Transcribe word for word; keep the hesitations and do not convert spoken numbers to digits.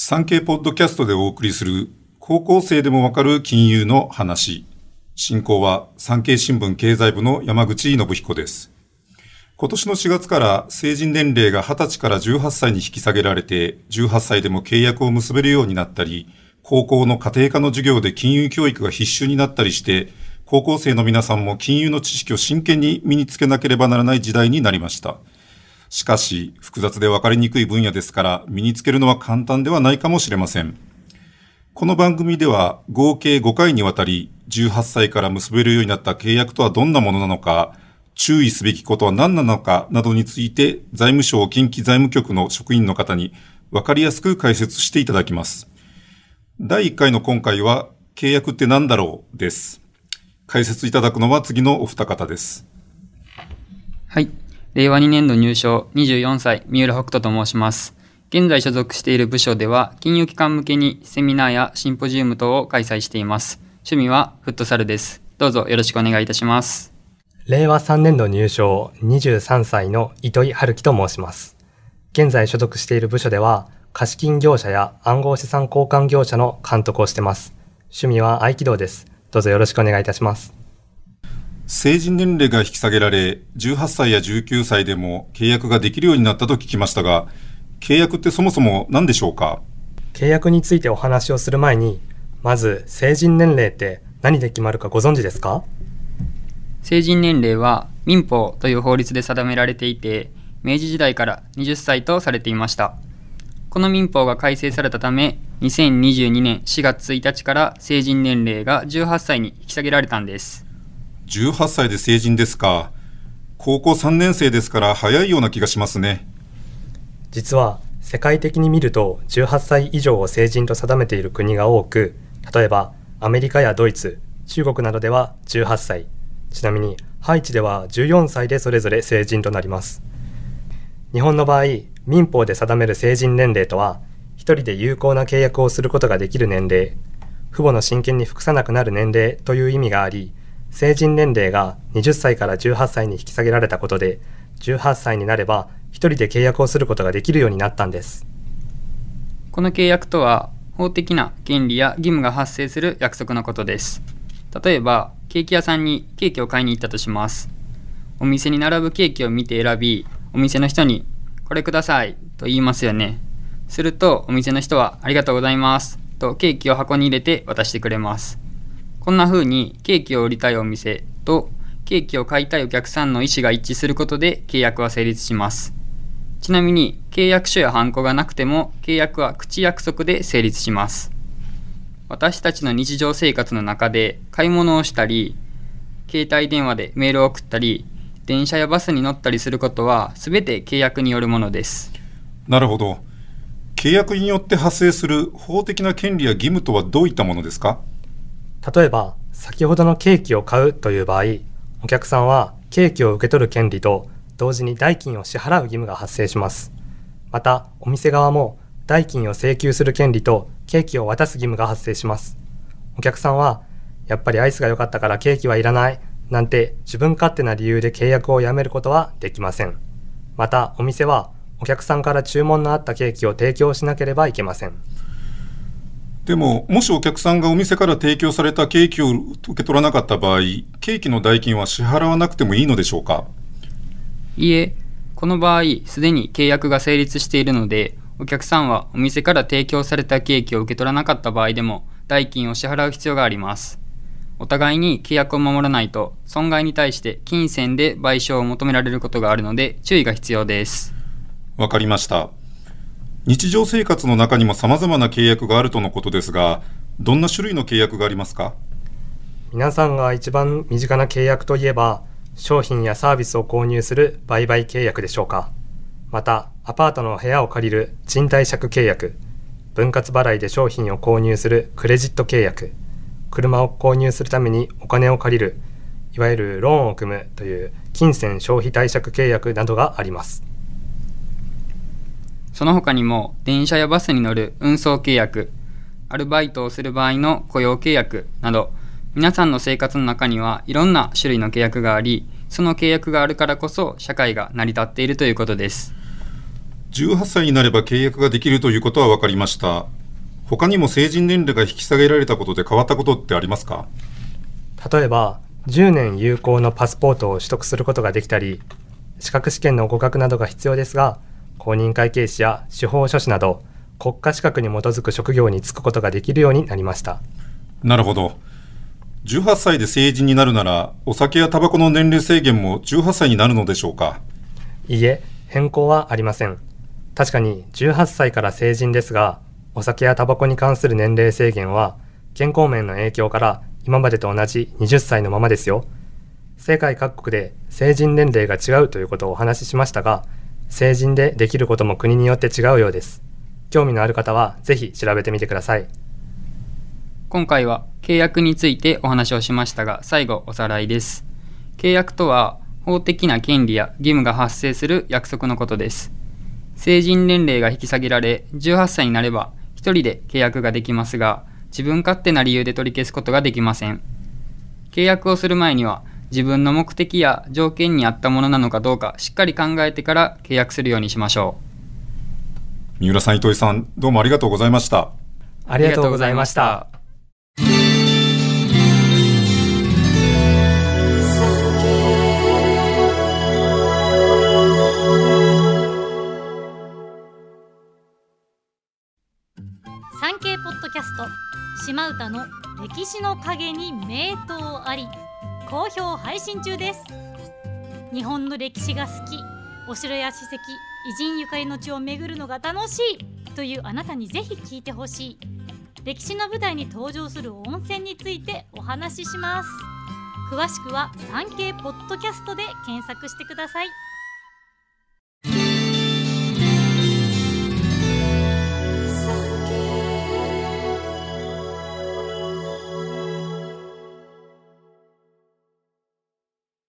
産経ポッドキャストでお送りする高校生でもわかる金融の話。進行は産経新聞経済部の山口信彦です。今年のしがつから成人年齢がはたちからじゅうはっさいに引き下げられて、じゅうはっさいでも契約を結べるようになったり、高校の家庭科の授業で金融教育が必修になったりして、高校生の皆さんも金融の知識を真剣に身につけなければならない時代になりました。しかし、複雑で分かりにくい分野ですから、身につけるのは簡単ではないかもしれません。この番組では、合計ごかいにわたり、じゅうはっさいから結べるようになった契約とはどんなものなのか、注意すべきことは何なのかなどについて、財務省近畿財務局の職員の方に分かりやすく解説していただきます。だいいっかいの今回は、契約って何だろうです。解説いただくのは次のお二方です。 はい。れいわにねんど入省にじゅうよんさい、三浦北斗と申します。現在所属している部署では、金融機関向けにセミナーやシンポジウム等を開催しています。趣味はフットサルです。どうぞよろしくお願いいたします。 れいわさんねんど入省にじゅうさんさいの糸井春樹と申します。現在所属している部署では、貸金業者や暗号資産交換業者の監督をしています。趣味は合気道です。どうぞよろしくお願いいたします。 成人年齢が引き下げられ、じゅうはっさいやじゅうきゅうさいでも契約ができるようになったと聞きましたが、契約ってそもそも何でしょうか？ 契約についてお話をする前に、まず成人年齢って何で決まるかご存知ですか？ 成人年齢は民法という法律で定められていて、明治時代からはたちとされていました。この民法が改正されたため、にせんにじゅうにねんしがつついたちから成人年齢がじゅうはっさいに引き下げられたんです。 じゅうはっさいで成人ですか。高校さんねんせいですから早いような気がしますね。 実は世界的に見るとじゅうはっさい以上を成人と定めている国が多く、例えばアメリカやドイツ、中国などではじゅうはっさい、ちなみにハイチではじゅうよんさいでそれぞれ成人となります。日本の場合、民法で定める成人年齢とは、一人で有効な契約をすることができる年齢、父母の親権に服さなくなる年齢という意味があり、成人年齢がはたちからじゅうはっさいに引き下げられたことで、じゅうはっさいになれば一人で契約をすることができるようになったんです。 この契約とは、法的な権利や義務が発生する約束のことです。例えば、ケーキ屋さんにケーキを買いに行ったとします。お店に並ぶケーキを見て選び、お店の人にこれくださいと言いますよね。するとお店の人はありがとうございますとケーキを箱に入れて渡してくれます。こんな風にケーキを売りたいお店とケーキを買いたいお客さんの意思が一致することで契約は成立します。ちなみに契約書やハンコがなくても契約は口約束で成立します。私たちの日常生活の中で買い物をしたり、携帯電話でメールを送ったり、電車やバスに乗ったりすることはすべて契約によるものです。 なるほど。契約によって発生する法的な権利や義務とはどういったものですか？ 例えば、先ほどのケーキを買うという場合、お客さんはケーキを受け取る権利と同時に代金を支払う義務が発生します。また、お店側も代金を請求する権利とケーキを渡す義務が発生します。お客さんは、やっぱりアイスが良かったからケーキはいらないなんて自分勝手な理由で契約をやめることはできません。また、お店はお客さんから注文のあったケーキを提供しなければいけません。 でも、もしお客さんがお店から提供されたケーキを受け取らなかった場合、ケーキの代金は支払わなくてもいいのでしょうか？ いいえ、この場合、すでに契約が成立しているので、お客さんはお店から提供されたケーキを受け取らなかった場合でも、代金を支払う必要があります。お互いに契約を守らないと、損害に対して金銭で賠償を求められることがあるので、注意が必要です。 わかりました。日常生活の中にも様々な契約があるとのことですが、どんな種類の契約がありますか？ 皆さんが一番身近な契約といえば、商品やサービスを購入する売買契約でしょうか。また、アパートの部屋を借りる賃貸借契約、分割払いで商品を購入するクレジット契約、車を購入するためにお金を借りる、いわゆるローンを組むという金銭消費貸借契約などがあります。 その他にも電車やバスに乗る運送契約、アルバイトをする場合の雇用契約など、皆さんの生活の中にはいろんな種類の契約があり、その契約があるからこそ社会が成り立っているということです。 じゅうはっさいになれば契約ができるということは分かりました。他にも成人年齢が引き下げられたことで変わったことってありますか？ 例えば、じゅうねん有効のパスポートを取得することができたり、資格試験の合格などが必要ですが、公認会計士や司法書士など国家資格に基づく職業に就くことができるようになりました。 なるほど。じゅうはっさいで成人になるなら、お酒やタバコの年齢制限もじゅうはっさいになるのでしょうか？ いいえ、変更はありません。確かにじゅうはっさいから成人ですが、お酒やタバコに関する年齢制限は健康面の影響から今までと同じはたちのままですよ。世界各国で成人年齢が違うということをお話ししましたが、成人でできることも国によって違うようです。興味のある方はぜひ調べてみてください。 今回は契約についてお話をしましたが、最後おさらいです。契約とは法的な権利や義務が発生する約束のことです。成人年齢が引き下げられ、じゅうはっさいになれば一人で契約ができますが、自分勝手な理由で取り消すことができません。契約をする前には、自分の目的や条件に合ったものなのかどうかしっかり考えてから契約するようにしましょう。三浦さん、糸井さん、どうもありがとうございました。 ありがとうございました。 産経ポッドキャスト島唄の歴史の陰に名刀あり、好評配信中です。日本の歴史が好き、お城や史跡、偉人ゆかりの地を巡るのが楽しいというあなたにぜひ聞いてほしい、歴史の舞台に登場する温泉についてお話しします。詳しくは産経ポッドキャストで検索してください。